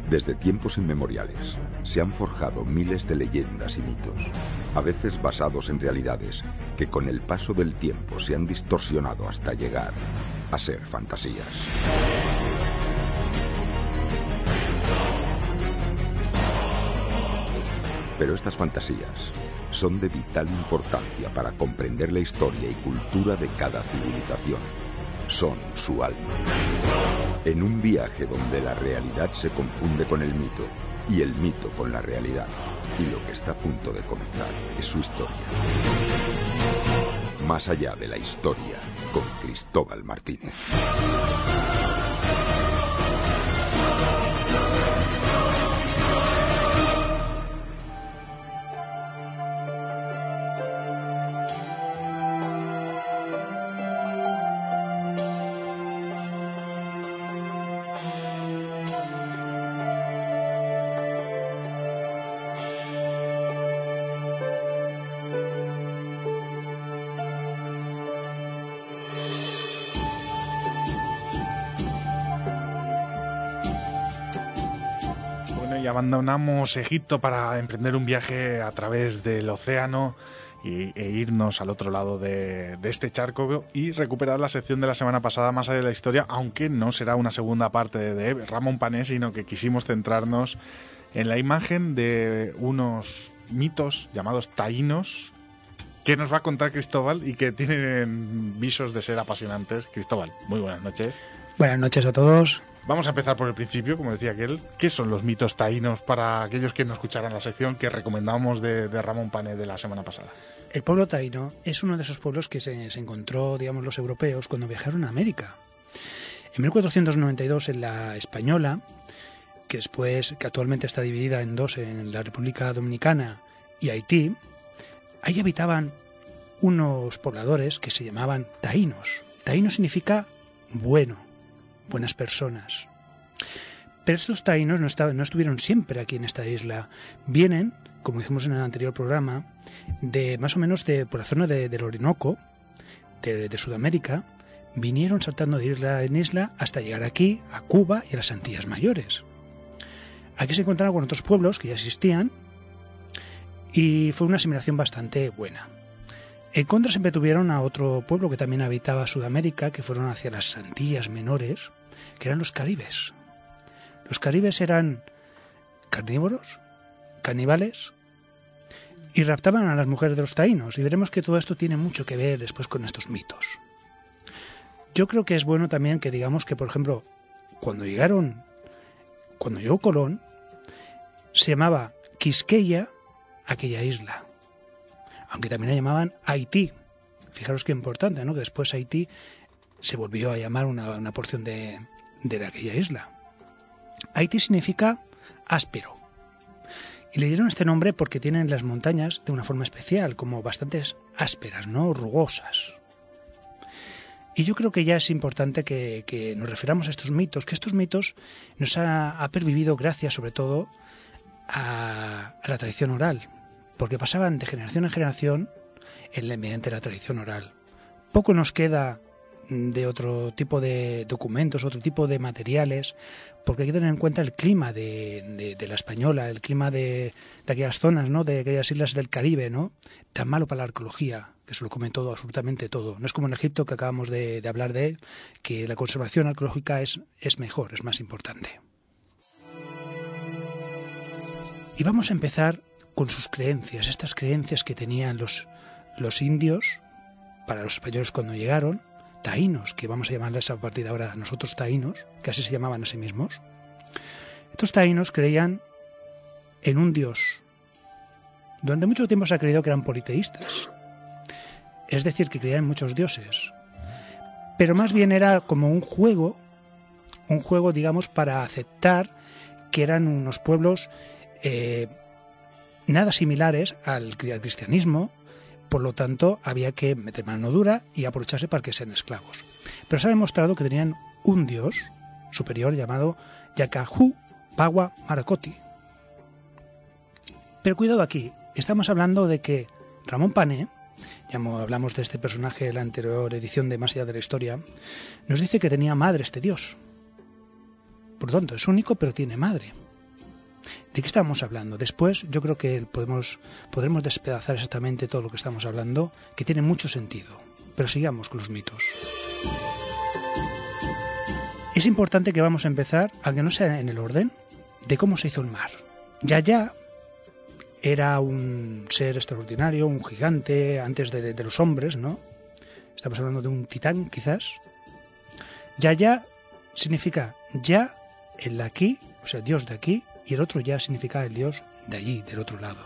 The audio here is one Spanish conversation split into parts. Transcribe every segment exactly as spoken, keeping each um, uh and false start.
Desde tiempos inmemoriales se han forjado miles de leyendas y mitos, a veces basados en realidades que con el paso del tiempo se han distorsionado hasta llegar a ser fantasías. Pero estas fantasías son de vital importancia para comprender la historia y cultura de cada civilización. Son su alma. En un viaje donde la realidad se confunde con el mito y el mito con la realidad, y lo que está a punto de comenzar es su historia. Más allá de la historia, con Cristóbal Martínez. Abandonamos Egipto para emprender un viaje a través del océano y, e irnos al otro lado de, de este charco y recuperar la sección de la semana pasada, Más allá de la historia, aunque no será una segunda parte de, de Ramón Pané, sino que quisimos centrarnos en la imagen de unos mitos llamados taínos que nos va a contar Cristóbal y que tienen visos de ser apasionantes. Cristóbal, muy buenas noches. Buenas noches a todos. Vamos a empezar por el principio, como decía aquel. ¿Qué son los mitos taínos para aquellos que no escucharan la sección que recomendamos de, de Ramón Pané de la semana pasada? El pueblo taíno es uno de esos pueblos que se, se encontró, digamos, los europeos cuando viajaron a América. En mil cuatrocientos noventa y dos, en la Española, que después, que actualmente está dividida en dos, en la República Dominicana y Haití, ahí habitaban unos pobladores que se llamaban taínos. Taíno significa bueno, buenas personas. Pero estos taínos no, estaban, no estuvieron siempre aquí en esta isla. Vienen, como dijimos en el anterior programa, de más o menos de por la zona de, del Orinoco, de, de Sudamérica. Vinieron saltando de isla en isla hasta llegar aquí, a Cuba y a las Antillas Mayores. Aquí se encontraron con otros pueblos que ya existían y fue una asimilación bastante buena. En contra siempre tuvieron a otro pueblo que también habitaba Sudamérica, que fueron hacia las Antillas Menores, que eran los caribes. Los caribes eran carnívoros, caníbales, y raptaban a las mujeres de los taínos, y veremos que todo esto tiene mucho que ver después con estos mitos. Yo creo que es bueno también que digamos que, por ejemplo, cuando llegaron, cuando llegó Colón, se llamaba Quisqueya aquella isla, aunque también la llamaban Haití. Fijaros qué importante, ¿no? Que después Haití se volvió a llamar una, una porción de, de aquella isla. Haití significa áspero. Y le dieron este nombre porque tienen las montañas de una forma especial, como bastantes ásperas, ¿no? Rugosas. Y yo creo que ya es importante que, que nos refiramos a estos mitos, que estos mitos nos ha, ha pervivido gracias sobre todo a, a la tradición oral, porque pasaban de generación en generación en la, mediante la tradición oral. Poco nos queda de otro tipo de documentos, otro tipo de materiales, porque hay que tener en cuenta el clima de, de, de la Española, el clima de, de aquellas zonas, ¿no? De aquellas islas del Caribe, ¿no? Tan malo para la arqueología, que se lo come todo, absolutamente todo. No es como en Egipto, que acabamos de, de hablar de él, que la conservación arqueológica es, es mejor, es más importante. Y vamos a empezar con sus creencias, estas creencias que tenían los, los indios para los españoles cuando llegaron, taínos, que vamos a llamarles a partir de ahora nosotros taínos, que así se llamaban a sí mismos. Estos taínos creían en un dios. Durante mucho tiempo se ha creído que eran politeístas, es decir, que creían en muchos dioses, pero más bien era como un juego, un juego, digamos, para aceptar que eran unos pueblos eh, nada similares al, al cristianismo. Por lo tanto, había que meter mano dura y aprovecharse para que sean esclavos. Pero se ha demostrado que tenían un dios superior llamado Yacajú Pawa Maracoti. Pero cuidado aquí, estamos hablando de que Ramón Pané, ya hablamos de este personaje en la anterior edición de Más allá de la historia, nos dice que tenía madre este dios. Por lo tanto, es único, pero tiene madre. ¿De qué estamos hablando? Después yo creo que podemos, podremos despedazar exactamente todo lo que estamos hablando, que tiene mucho sentido. Pero sigamos con los mitos. Es importante que vamos a empezar, aunque no sea en el orden, de cómo se hizo el mar. Yaya era un ser extraordinario, un gigante antes de, de, de los hombres, ¿no? Estamos hablando de un titán, quizás. Yaya significa ya, el de aquí, o sea, Dios de aquí, y el otro ya significa el Dios de allí, del otro lado.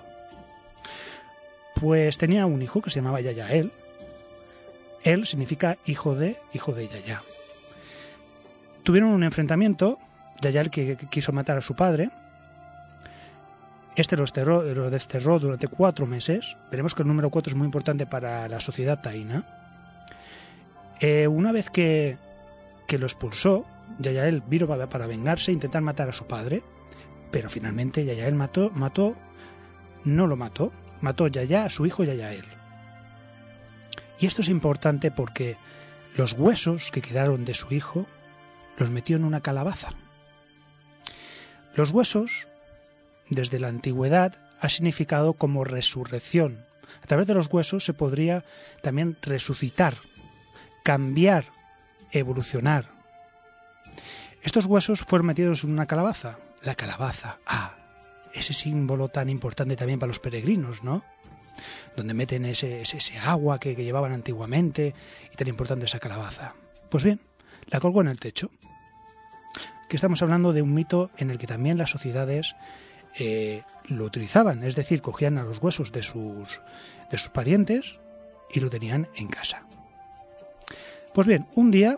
Pues tenía un hijo que se llamaba Yayael. Él significa hijo de, hijo de Yaya. Tuvieron un enfrentamiento, Yayael que, que quiso matar a su padre. Este lo desterró, lo desterró durante cuatro meses. Veremos que el número cuatro es muy importante para la sociedad taína. Eh, una vez que, que lo expulsó, Yayael vino para, para vengarse e intentar matar a su padre, pero finalmente Yayael mató, mató, no lo mató, mató Yaya a su hijo Yayael. Y esto es importante porque los huesos que quedaron de su hijo los metió en una calabaza. Los huesos, desde la antigüedad, ha significado como resurrección. A través de los huesos se podría también resucitar, cambiar, evolucionar. Estos huesos fueron metidos en una calabaza. La calabaza, ah, ese símbolo tan importante también para los peregrinos, ¿no? Donde meten ese, ese, ese agua que, que llevaban antiguamente y tan importante esa calabaza. Pues bien, la colgó en el techo. Que estamos hablando de un mito en el que también las sociedades eh, lo utilizaban, es decir, cogían a los huesos de sus, de sus parientes y lo tenían en casa. Pues bien, un día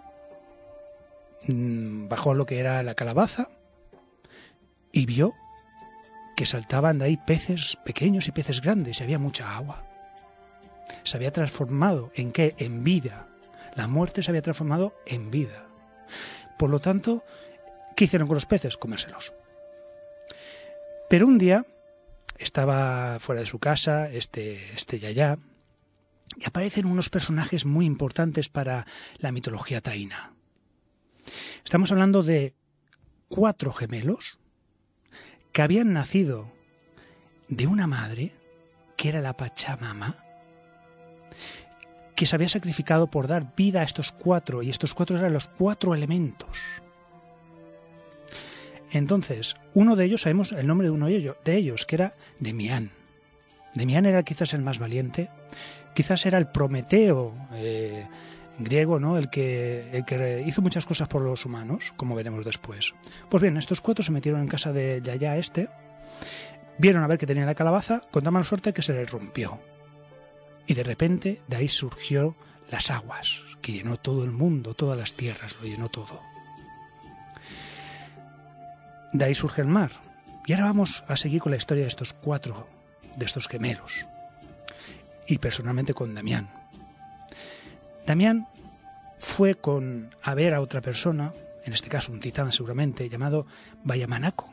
mmm, bajó a lo que era la calabaza y vio que saltaban de ahí peces pequeños y peces grandes y había mucha agua. Se había transformado en ¿qué? En vida. La muerte se había transformado en vida. Por lo tanto, ¿qué hicieron con los peces? Comérselos. Pero un día estaba fuera de su casa este, este Yaya y aparecen unos personajes muy importantes para la mitología taína. Estamos hablando de cuatro gemelos que habían nacido de una madre que era la Pachamama, que se había sacrificado por dar vida a estos cuatro, y estos cuatro eran los cuatro elementos. Entonces, uno de ellos, sabemos el nombre de uno de ellos, de ellos que era Demián. Demián era quizás el más valiente, quizás era el Prometeo eh, griego, ¿no? El que, el que hizo muchas cosas por los humanos, como veremos después. Pues bien, estos cuatro se metieron en casa de Yaya este, vieron a ver que tenía la calabaza, con tan mala suerte que se les rompió. Y de repente de ahí surgió las aguas, que llenó todo el mundo, todas las tierras, lo llenó todo. De ahí surge el mar. Y ahora vamos a seguir con la historia de estos cuatro, de estos gemelos. Y personalmente con Damián. Damián fue con a ver a otra persona, en este caso un titán seguramente, llamado Vayamanaco,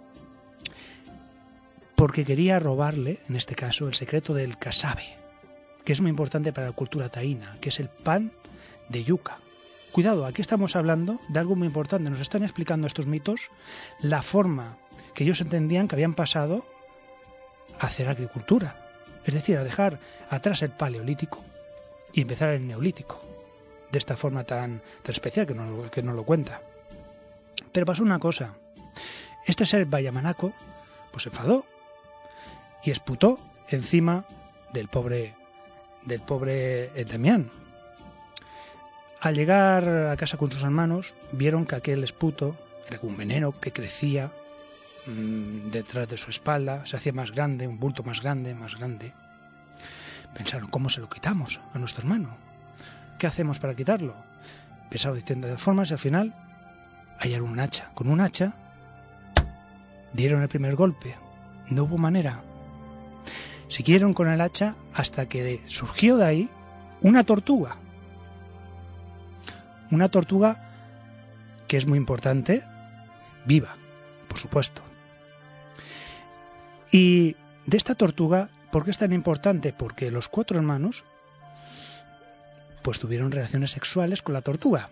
porque quería robarle, en este caso, el secreto del casabe, que es muy importante para la cultura taína, que es el pan de yuca. Cuidado, aquí estamos hablando de algo muy importante. Nos están explicando estos mitos la forma que ellos entendían que habían pasado a hacer agricultura, es decir, a dejar atrás el paleolítico y empezar el neolítico, de esta forma tan, tan especial que nos, que nos lo cuenta. Pero pasó una cosa. Este ser Vayamanaco pues se enfadó y esputó encima del pobre, del pobre Damián. Al llegar a casa con sus hermanos, vieron que aquel esputo era un veneno que crecía mmm, detrás de su espalda, se hacía más grande, un bulto más grande, más grande. Pensaron, ¿cómo se lo quitamos a nuestro hermano? ¿Qué hacemos para quitarlo? Pensaron de distintas formas y al final hallaron un hacha. Con un hacha dieron el primer golpe. No hubo manera. Siguieron con el hacha hasta que surgió de ahí una tortuga. Una tortuga que es muy importante, viva, por supuesto. Y de esta tortuga, ¿por qué es tan importante? Porque los cuatro hermanos pues tuvieron relaciones sexuales con la tortuga.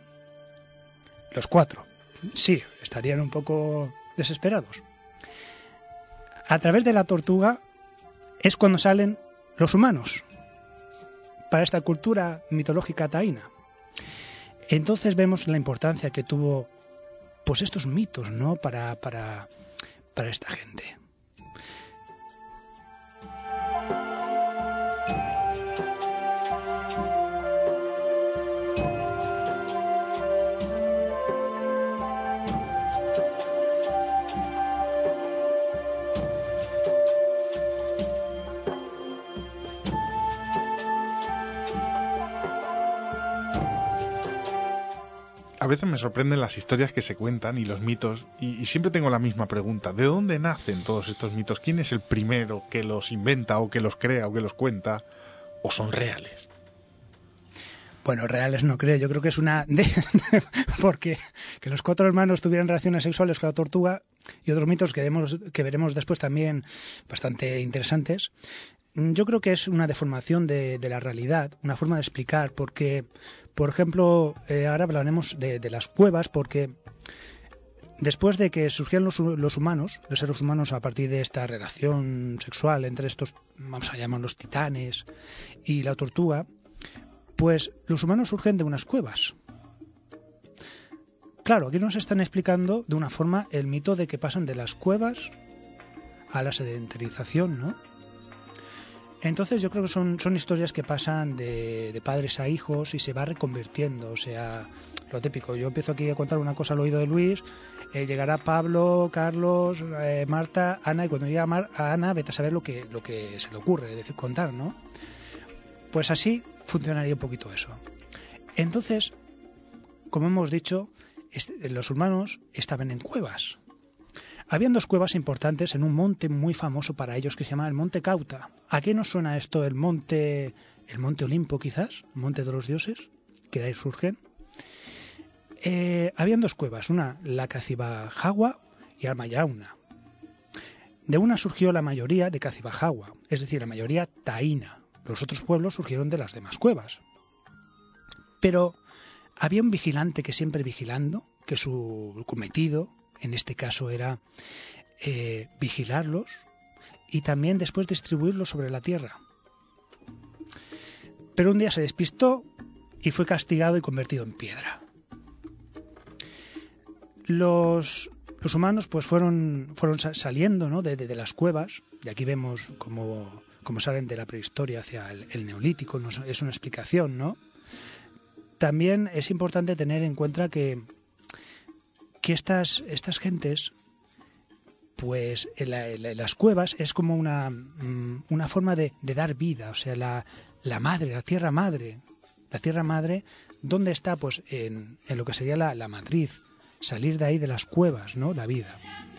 Los cuatro. Sí, estarían un poco desesperados. A través de la tortuga es cuando salen los humanos para esta cultura mitológica taína. Entonces vemos la importancia que tuvo pues estos mitos, ¿no? para, para, para esta gente. A veces me sorprenden las historias que se cuentan y los mitos, y, y siempre tengo la misma pregunta. ¿De dónde nacen todos estos mitos? ¿Quién es el primero que los inventa o que los crea o que los cuenta? ¿O son reales? Bueno, reales no creo. Yo creo que es una... De... porque que los cuatro hermanos tuvieran relaciones sexuales con la tortuga y otros mitos que veremos, que veremos después también bastante interesantes. Yo creo que es una deformación de, de la realidad, una forma de explicar, porque, por ejemplo, eh, ahora hablaremos de, de las cuevas, porque después de que surgieron los, los humanos, los seres humanos a partir de esta relación sexual entre estos, vamos a llamarlos titanes, y la tortuga, pues los humanos surgen de unas cuevas. Claro, aquí nos están explicando de una forma el mito de que pasan de las cuevas a la sedentarización, ¿no? Entonces yo creo que son, son historias que pasan de, de padres a hijos y se va reconvirtiendo, o sea, lo típico. Yo empiezo aquí a contar una cosa al oído de Luis, eh, llegará Pablo, Carlos, eh, Marta, Ana, y cuando llega a, Mar, a Ana, vete a saber lo que, lo que se le ocurre, es decir, contar, ¿no? Pues así funcionaría un poquito eso. Entonces, como hemos dicho, este, los humanos estaban en cuevas. Habían dos cuevas importantes en un monte muy famoso para ellos que se llama el Monte Cauta. ¿A qué nos suena esto? El monte, el monte Olimpo quizás, el monte de los dioses, que de ahí surgen. Eh, habían dos cuevas, una la Cacibajagua y Almayauna. De una surgió la mayoría de Cacibajagua, es decir, la mayoría taína. Los otros pueblos surgieron de las demás cuevas. Pero había un vigilante que siempre vigilando, que su cometido en este caso era eh, vigilarlos y también después distribuirlos sobre la tierra. Pero un día se despistó y fue castigado y convertido en piedra. Los, los humanos pues fueron, fueron saliendo, ¿no? de, de, de las cuevas, y aquí vemos cómo, cómo salen de la prehistoria hacia el, el neolítico, ¿no? Es una explicación, ¿no? También es importante tener en cuenta que que estas, estas gentes, pues en, la, en, la, en las cuevas es como una, una forma de, de dar vida, o sea, la, la madre, la tierra madre, la tierra madre, ¿dónde está? Pues en, en lo que sería la, la matriz, salir de ahí de las cuevas, ¿no? La vida.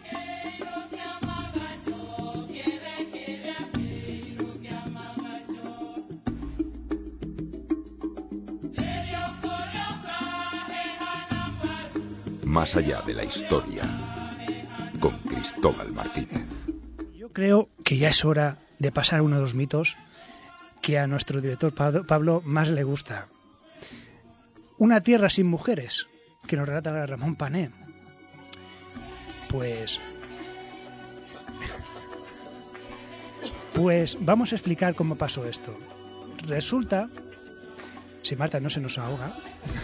Más allá de la historia, con Cristóbal Martínez. Yo creo que ya es hora de pasar a uno de los mitos que a nuestro director Pablo más le gusta. Una tierra sin mujeres, que nos relata Ramón Pané. Pues... Pues vamos a explicar cómo pasó esto. Resulta, si Marta no se nos ahoga,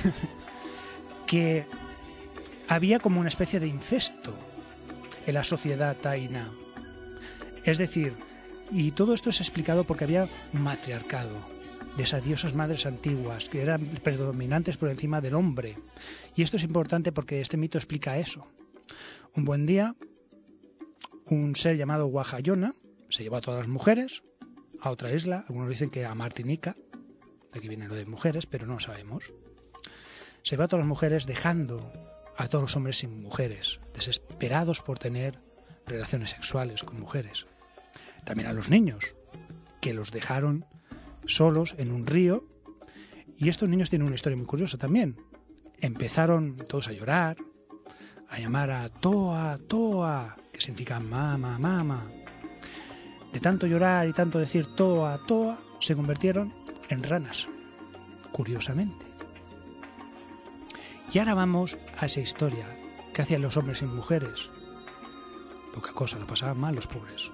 que había como una especie de incesto en la sociedad taína. Es decir, y todo esto es explicado porque había un matriarcado de esas diosas madres antiguas que eran predominantes por encima del hombre. Y esto es importante porque este mito explica eso. Un buen día, un ser llamado Guajayona se llevó a todas las mujeres a otra isla. Algunos dicen que a Martinica, de aquí viene lo de mujeres, pero no lo sabemos. Se llevó a todas las mujeres dejando a todos los hombres sin mujeres, desesperados por tener relaciones sexuales con mujeres. También a los niños, que los dejaron solos en un río. Y estos niños tienen una historia muy curiosa también. Empezaron todos a llorar, a llamar a Toa, Toa, que significa mama, mama. De tanto llorar y tanto decir Toa, Toa, se convirtieron en ranas, curiosamente. Y ahora vamos a esa historia que hacían los hombres sin mujeres. poca cosa, lo pasaban mal los pobres.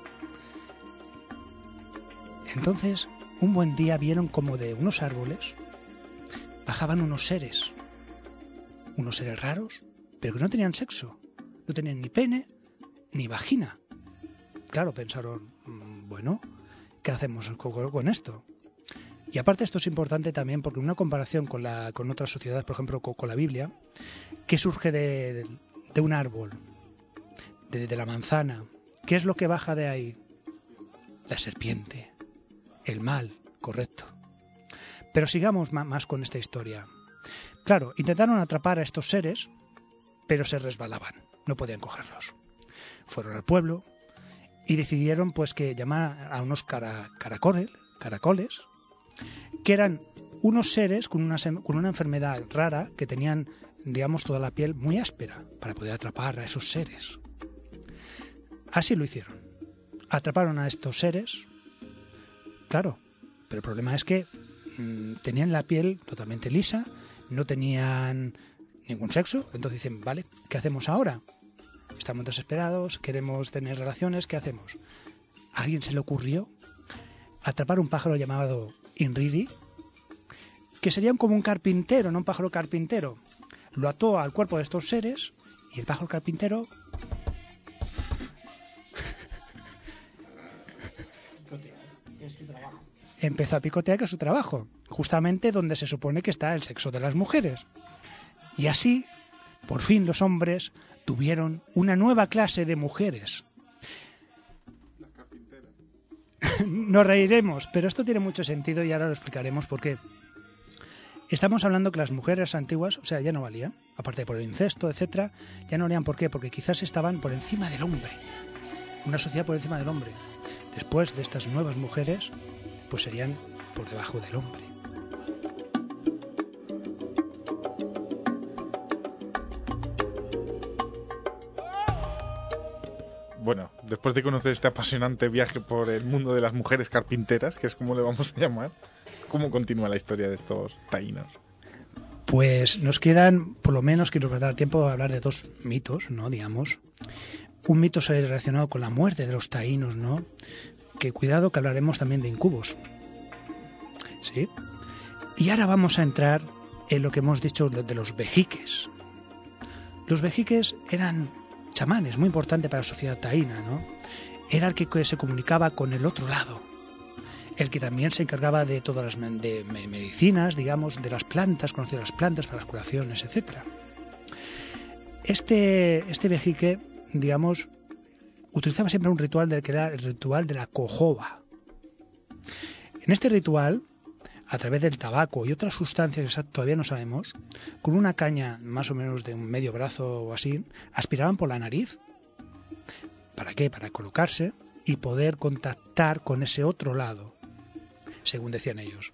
Entonces, un buen día vieron como de unos árboles bajaban unos seres, unos seres raros, pero que no tenían sexo, no tenían ni pene ni vagina. Claro, pensaron, bueno, ¿qué hacemos con esto? Y aparte esto es importante también porque en una comparación con, la, con otras sociedades, por ejemplo con, con la Biblia, ¿qué surge de, de, de un árbol? De, de la manzana. ¿Qué es lo que baja de ahí? La serpiente, el mal, correcto. Pero sigamos más, más con esta historia. Claro, intentaron atrapar a estos seres, pero se resbalaban, no podían cogerlos. Fueron al pueblo y decidieron pues que llamar a unos cara, caracoles, caracoles, que eran unos seres con una, con una enfermedad rara que tenían, digamos, toda la piel muy áspera para poder atrapar a esos seres. Así lo hicieron. Atraparon a estos seres, claro, pero el problema es que mmm, tenían la piel totalmente lisa, no tenían ningún sexo, entonces dicen, vale, ¿qué hacemos ahora? Estamos desesperados, queremos tener relaciones, ¿qué hacemos? ¿A alguien se le ocurrió atrapar un pájaro llamado Inriri, que sería como un carpintero, no un pájaro carpintero? Lo ató al cuerpo de estos seres y el pájaro carpintero empezó a picotear, que es su trabajo, justamente donde se supone que está el sexo de las mujeres. Y así, por fin los hombres tuvieron una nueva clase de mujeres. Las carpinteras. Nos reiremos, pero esto tiene mucho sentido y ahora lo explicaremos por qué. Estamos hablando que las mujeres antiguas, o sea, ya no valían, aparte por el incesto, etcétera, ya no valían. ¿Por qué? Porque quizás estaban por encima del hombre. Una sociedad por encima del hombre. Después de estas nuevas mujeres, pues serían por debajo del hombre. Bueno, después de conocer este apasionante viaje por el mundo de las mujeres carpinteras, que es como le vamos a llamar, ¿cómo continúa la historia de estos taínos? Pues nos quedan, por lo menos, que nos va a dar tiempo a hablar de dos mitos, ¿no? Digamos. Un mito relacionado con la muerte de los taínos, ¿no? Que cuidado, que hablaremos también de incubos. ¿Sí? Y ahora vamos a entrar en lo que hemos dicho de los vejiques. Los vejiques eran chamanes, muy importante para la sociedad taína, ¿no? Era el que se comunicaba con el otro lado, el que también se encargaba de todas las de medicinas, digamos, de las plantas, conocía las plantas para las curaciones, etcétera. Este, este vejique, digamos, utilizaba siempre un ritual del que era el ritual de la cojoba. En este ritual, a través del tabaco y otras sustancias que todavía no sabemos, con una caña más o menos de un medio brazo o así, aspiraban por la nariz. ¿Para qué? Para colocarse y poder contactar con ese otro lado, según decían ellos.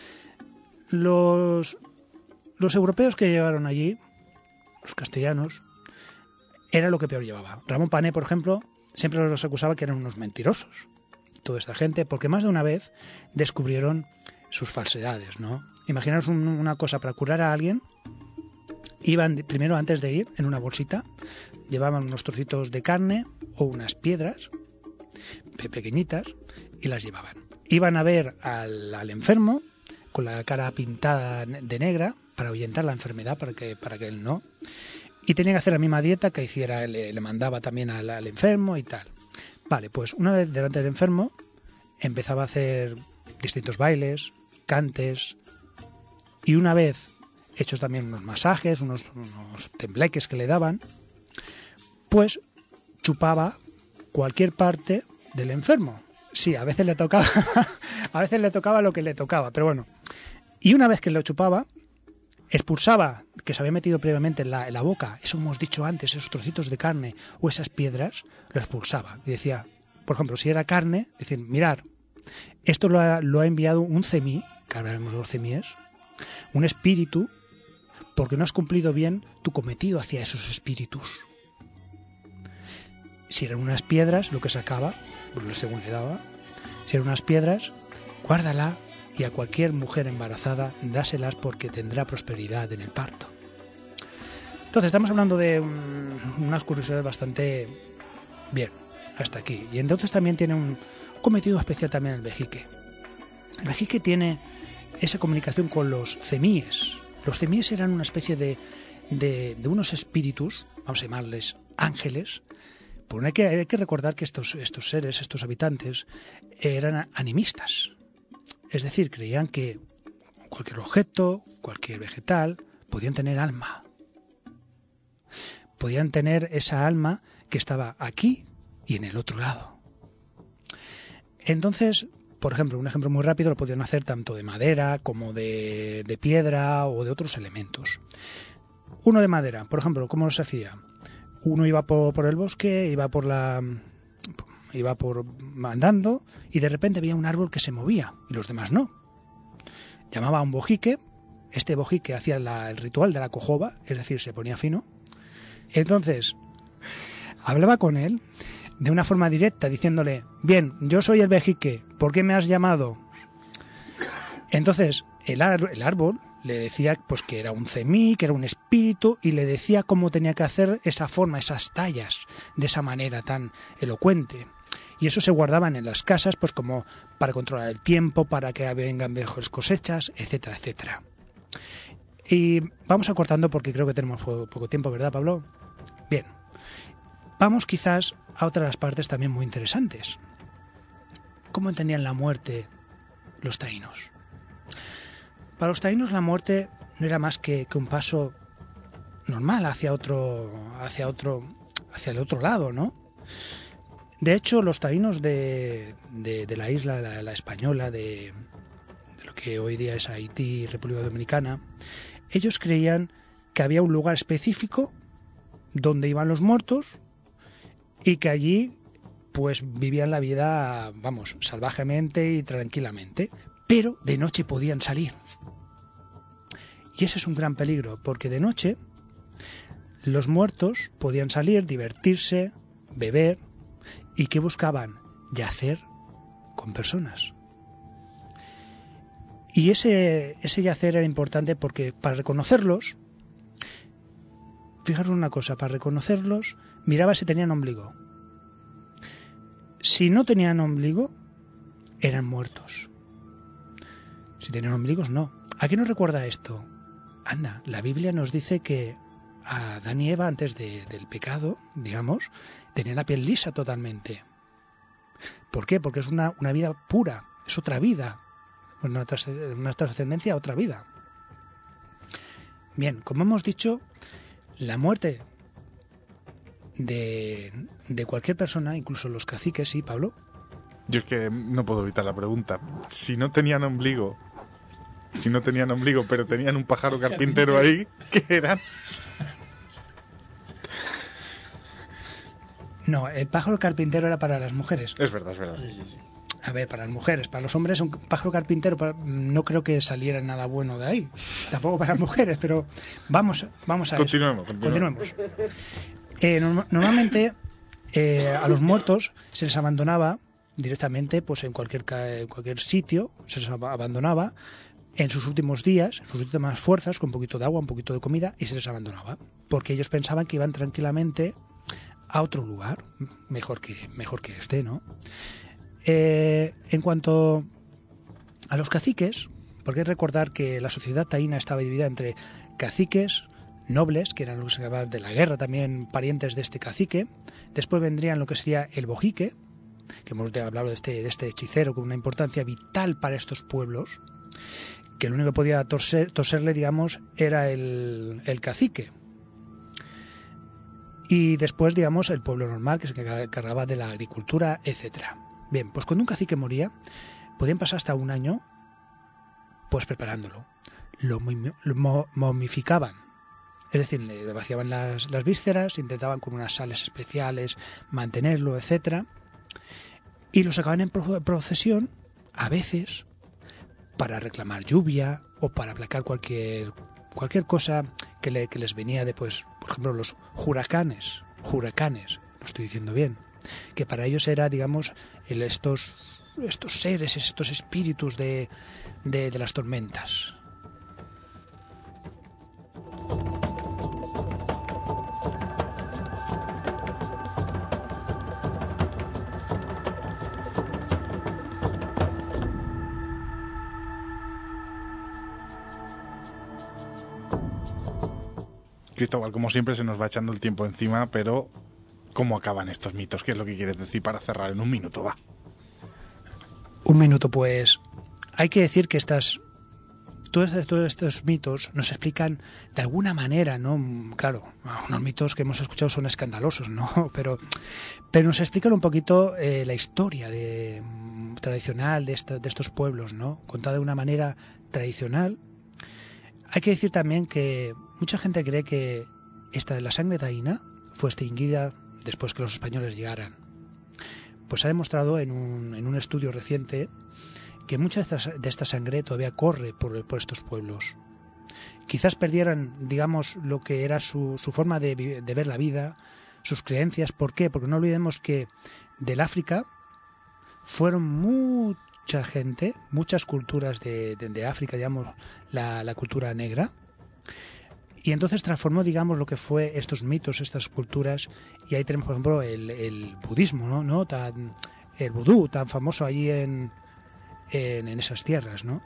Los, los europeos que llegaron allí, los castellanos, era lo que peor llevaba. Ramón Pané, por ejemplo, siempre los acusaba que eran unos mentirosos. Toda esta gente, porque más de una vez descubrieron sus falsedades, ¿no? Imaginaos un, una cosa, para curar a alguien, iban de, primero, antes de ir, en una bolsita, llevaban unos trocitos de carne o unas piedras pe pequeñitas y las llevaban. Iban a ver al, al enfermo con la cara pintada de negra para ahuyentar la enfermedad, para que, para que él no. Y tenían que hacer la misma dieta que hiciera, le, le mandaba también al, al enfermo y tal. Vale, pues una vez delante del enfermo empezaba a hacer distintos bailes, cantes, y una vez hechos también unos masajes, unos, unos tembleques que le daban, pues chupaba cualquier parte del enfermo. Sí, a veces le tocaba, a veces le tocaba lo que le tocaba, pero bueno. Y una vez que lo chupaba, expulsaba, que se había metido previamente en la, en la boca, eso hemos dicho antes, esos trocitos de carne o esas piedras, lo expulsaba. Y decía, por ejemplo, si era carne, decir, mirar, esto lo ha, lo ha enviado un cemí, que hablaremos de los cemíes, un espíritu, porque no has cumplido bien tu cometido hacia esos espíritus. Si eran unas piedras, lo que sacaba, según le daba, si eran unas piedras, guárdala y a cualquier mujer embarazada dáselas porque tendrá prosperidad en el parto. Entonces estamos hablando de un, unas curiosidades bastante Bien, hasta aquí. Y entonces también tiene un cometido especial también el vejique. El vejique tiene esa comunicación con los cemíes. Los cemíes eran una especie de, de, de unos espíritus, vamos a llamarles ángeles. Pero hay que, hay que recordar que estos, estos seres, estos habitantes, eran animistas. Es decir, creían que cualquier objeto, cualquier vegetal, podían tener alma. Podían tener esa alma que estaba aquí y en el otro lado. Entonces, por ejemplo, un ejemplo muy rápido, lo podían hacer tanto de madera como de, de piedra o de otros elementos. Uno de madera, por ejemplo, ¿cómo se hacía? Uno iba por, por el bosque, iba por la... iba por andando y de repente había un árbol que se movía y los demás no. Llamaba a un bojique, este bojique hacía la, el ritual de la cojoba, es decir, se ponía fino. Entonces, hablaba con él de una forma directa, diciéndole, bien, yo soy el vejique, ¿por qué me has llamado? Entonces, el, ar- el árbol le decía pues que era un cemí, que era un espíritu, y le decía cómo tenía que hacer esa forma, esas tallas, de esa manera tan elocuente. Y eso se guardaban en las casas pues como para controlar el tiempo, para que vengan mejores cosechas, etcétera, etcétera. Y vamos acortando porque creo que tenemos poco tiempo, ¿verdad, Pablo? Bien. Vamos quizás a otras partes también muy interesantes. ¿Cómo entendían la muerte los taínos? Para los taínos la muerte no era más que, que un paso normal hacia otro, hacia otro, hacia el otro lado, ¿no? De hecho, los taínos de, de, de la isla, la, la española, de, de lo que hoy día es Haití y República Dominicana, ellos creían que había un lugar específico donde iban los muertos y que allí pues vivían la vida, vamos, salvajemente y tranquilamente, pero de noche podían salir. Y ese es un gran peligro, porque de noche los muertos podían salir, divertirse, beber, y ¿qué buscaban? Yacer con personas. Y ese, ese yacer era importante porque para reconocerlos, fijaros una cosa, para reconocerlos, miraba si tenían ombligo. Si no tenían ombligo, eran muertos. Si tenían ombligos, no. ¿A qué nos recuerda esto? Anda, la Biblia nos dice que Adán y Eva, antes de, del pecado, digamos, tenían la piel lisa totalmente. ¿Por qué? Porque es una, una vida pura, es otra vida, una, tras, una trascendencia a otra vida. Bien, como hemos dicho, la muerte de, de cualquier persona, incluso los caciques, ¿sí, Pablo? Yo es que no puedo evitar la pregunta. Si no tenían ombligo, si no tenían ombligo, pero tenían un pájaro carpintero ahí, ¿qué eran? No, el pájaro carpintero era para las mujeres. Es verdad, es verdad. Sí, sí, sí. A ver, para las mujeres. Para los hombres, un pájaro carpintero no creo que saliera nada bueno de ahí. Tampoco para las mujeres, pero vamos, vamos a Continuemos, eso. continuemos. Continuemos. Eh, no, normalmente eh, a los muertos se les abandonaba directamente pues en cualquier, en cualquier sitio, se les abandonaba en sus últimos días, en sus últimas fuerzas, con un poquito de agua, un poquito de comida, y se les abandonaba. Porque ellos pensaban que iban tranquilamente a otro lugar, mejor que, mejor que este, ¿no? Eh, en cuanto a los caciques, porque hay que recordar que la sociedad taína estaba dividida entre caciques, nobles, que eran los que se llamaban de la guerra, también parientes de este cacique. Después vendrían lo que sería el bojique, que hemos hablado de este, de este hechicero con una importancia vital para estos pueblos, que lo único que podía torcer, toserle, digamos, era el, el cacique. Y después, digamos, el pueblo normal, que se encargaba de la agricultura, etcétera. Bien, pues cuando un cacique moría, podían pasar hasta un año pues preparándolo. Lo, lo momificaban. Es decir, le vaciaban las, las vísceras, intentaban con unas sales especiales mantenerlo, etcétera. Y lo sacaban en procesión, a veces, para reclamar lluvia o para aplacar cualquier, cualquier cosa que, le, que les venía de, pues, por ejemplo, los huracanes. Huracanes, lo estoy diciendo bien. Que para ellos era, digamos, el, estos, estos seres, estos espíritus de, de, de las tormentas. Cristóbal, como siempre se nos va echando el tiempo encima, pero ¿cómo acaban estos mitos? ¿Qué es lo que quieres decir para cerrar en un minuto? Va. Un minuto, pues hay que decir que estas todos, todos estos mitos nos explican de alguna manera, ¿no? Claro, unos mitos que hemos escuchado son escandalosos, ¿no? Pero, pero nos explican un poquito eh, la historia de, tradicional de, esto, de estos pueblos, ¿no? Contada de una manera tradicional. Hay que decir también que mucha gente cree que esta de la sangre taína fue extinguida después que los españoles llegaran. Pues se ha demostrado en un, en un estudio reciente que mucha de esta, de esta sangre todavía corre por, por estos pueblos. Quizás perdieran, digamos, lo que era su, su forma de, de ver la vida, sus creencias. ¿Por qué? Porque no olvidemos que del África fueron mucha gente, muchas culturas de, de, de África, digamos, la, la cultura negra, y entonces transformó, digamos, lo que fue estos mitos, estas culturas, y ahí tenemos, por ejemplo, el, el budismo, ¿no? ¿no? Tan, el vudú, tan famoso allí en, en, en esas tierras, ¿no?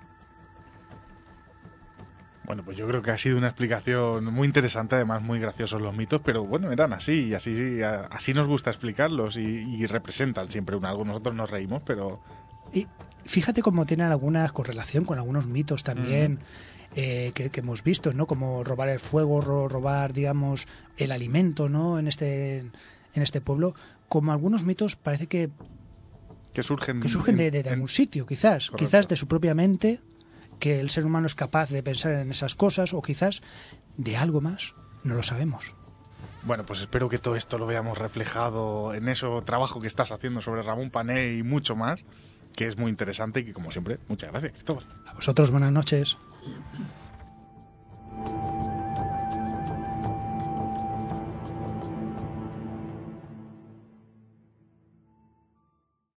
Bueno, pues yo creo que ha sido una explicación muy interesante, además muy graciosos los mitos, pero bueno, eran así, y así, así nos gusta explicarlos, y, y representan siempre un algo. Nosotros nos reímos, pero... Y fíjate cómo tienen alguna correlación con algunos mitos también, uh-huh. eh, que, que hemos visto, ¿no? Como robar el fuego, ro, robar, digamos, el alimento, ¿no? En este, en este pueblo, como algunos mitos parece que... Que surgen, que surgen de, de, de algún sitio, quizás, correcto. Quizás de su propia mente, que el ser humano es capaz de pensar en esas cosas, o quizás de algo más, no lo sabemos. Bueno, pues espero que todo esto lo veamos reflejado en ese trabajo que estás haciendo sobre Ramón Pané y mucho más, que es muy interesante, y que, como siempre, muchas gracias, Cristóbal. A vosotros, buenas noches.